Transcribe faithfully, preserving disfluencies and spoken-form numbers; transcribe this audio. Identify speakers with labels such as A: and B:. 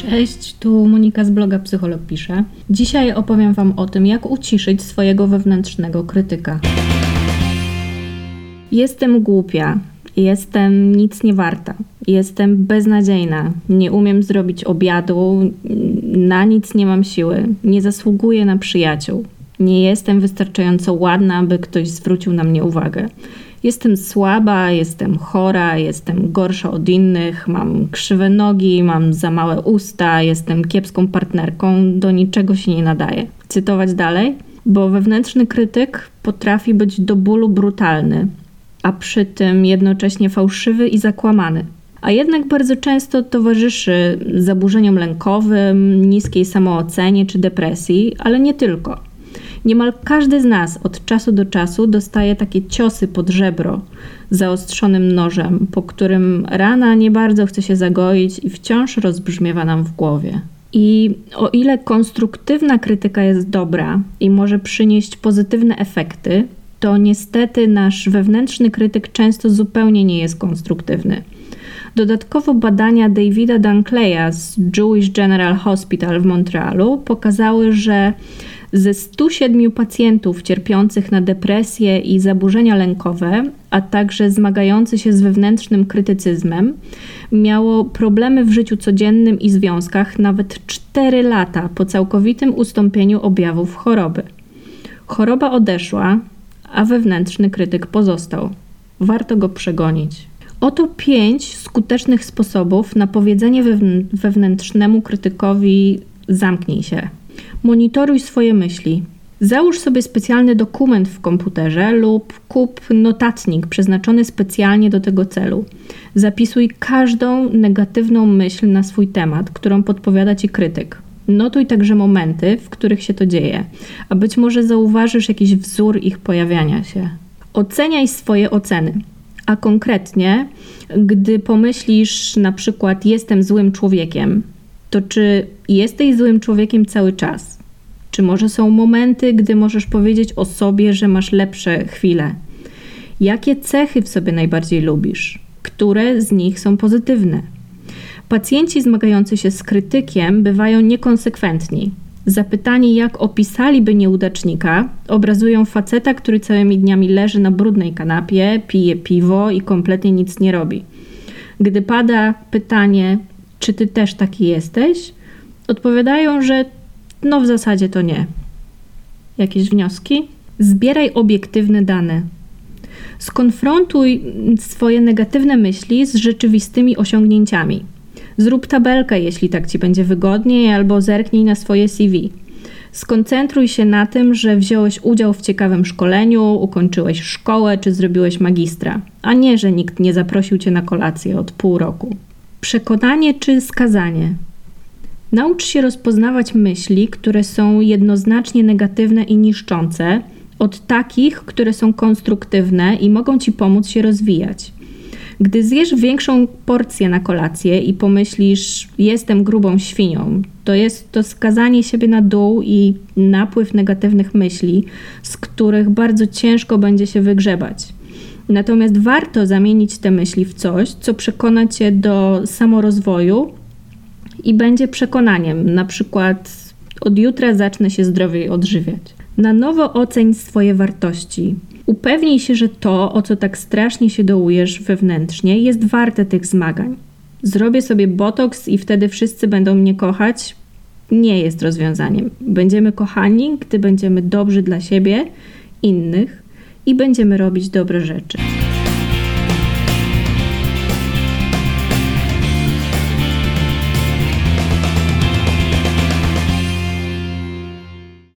A: Cześć, tu Monika z bloga Psycholog Pisze. Dzisiaj opowiem Wam o tym, jak uciszyć swojego wewnętrznego krytyka. Jestem głupia, jestem nic nie warta, jestem beznadziejna, nie umiem zrobić obiadu, na nic nie mam siły, nie zasługuję na przyjaciół, nie jestem wystarczająco ładna, aby ktoś zwrócił na mnie uwagę. Jestem słaba, jestem chora, jestem gorsza od innych, mam krzywe nogi, mam za małe usta, jestem kiepską partnerką, do niczego się nie nadaję. Cytować dalej? Bo wewnętrzny krytyk potrafi być do bólu brutalny, a przy tym jednocześnie fałszywy i zakłamany. A jednak bardzo często towarzyszy zaburzeniom lękowym, niskiej samoocenie czy depresji, ale nie tylko. Niemal każdy z nas od czasu do czasu dostaje takie ciosy pod żebro zaostrzonym nożem, po którym rana nie bardzo chce się zagoić i wciąż rozbrzmiewa nam w głowie. I o ile konstruktywna krytyka jest dobra i może przynieść pozytywne efekty, to niestety nasz wewnętrzny krytyk często zupełnie nie jest konstruktywny. Dodatkowo badania Davida Duncleya z Jewish General Hospital w Montrealu pokazały, że ze stu siedmiu pacjentów cierpiących na depresję i zaburzenia lękowe, a także zmagających się z wewnętrznym krytycyzmem, miało problemy w życiu codziennym i związkach nawet cztery lata po całkowitym ustąpieniu objawów choroby. Choroba odeszła, a wewnętrzny krytyk pozostał. Warto go przegonić. Oto pięć skutecznych sposobów na powiedzenie wewnętrznemu krytykowi: zamknij się. Monitoruj swoje myśli. Załóż sobie specjalny dokument w komputerze lub kup notatnik przeznaczony specjalnie do tego celu. Zapisuj każdą negatywną myśl na swój temat, którą podpowiada Ci krytyk. Notuj także momenty, w których się to dzieje, a być może zauważysz jakiś wzór ich pojawiania się. Oceniaj swoje oceny. A konkretnie, gdy pomyślisz na przykład jestem złym człowiekiem, to czy jesteś złym człowiekiem cały czas? Czy może są momenty, gdy możesz powiedzieć o sobie, że masz lepsze chwile? Jakie cechy w sobie najbardziej lubisz? Które z nich są pozytywne? Pacjenci zmagający się z krytykiem bywają niekonsekwentni. Zapytani, jak opisaliby nieudacznika, obrazują faceta, który całymi dniami leży na brudnej kanapie, pije piwo i kompletnie nic nie robi. Gdy pada pytanie, czy ty też taki jesteś, odpowiadają, że no w zasadzie to nie. Jakieś wnioski? Zbieraj obiektywne dane. Skonfrontuj swoje negatywne myśli z rzeczywistymi osiągnięciami. Zrób tabelkę, jeśli tak Ci będzie wygodniej, albo zerknij na swoje C V. Skoncentruj się na tym, że wziąłeś udział w ciekawym szkoleniu, ukończyłeś szkołę czy zrobiłeś magistra, a nie, że nikt nie zaprosił Cię na kolację od pół roku. Przekonanie czy skazanie? Naucz się rozpoznawać myśli, które są jednoznacznie negatywne i niszczące, od takich, które są konstruktywne i mogą Ci pomóc się rozwijać. Gdy zjesz większą porcję na kolację i pomyślisz, jestem grubą świnią, to jest to skazanie siebie na dół i napływ negatywnych myśli, z których bardzo ciężko będzie się wygrzebać. Natomiast warto zamienić te myśli w coś, co przekona Cię do samorozwoju i będzie przekonaniem, na przykład od jutra zacznę się zdrowiej odżywiać. Na nowo oceń swoje wartości. Upewnij się, że to, o co tak strasznie się dołujesz wewnętrznie, jest warte tych zmagań. Zrobię sobie botoks i wtedy wszyscy będą mnie kochać. Nie jest rozwiązaniem. Będziemy kochani, gdy będziemy dobrzy dla siebie, innych i będziemy robić dobre rzeczy.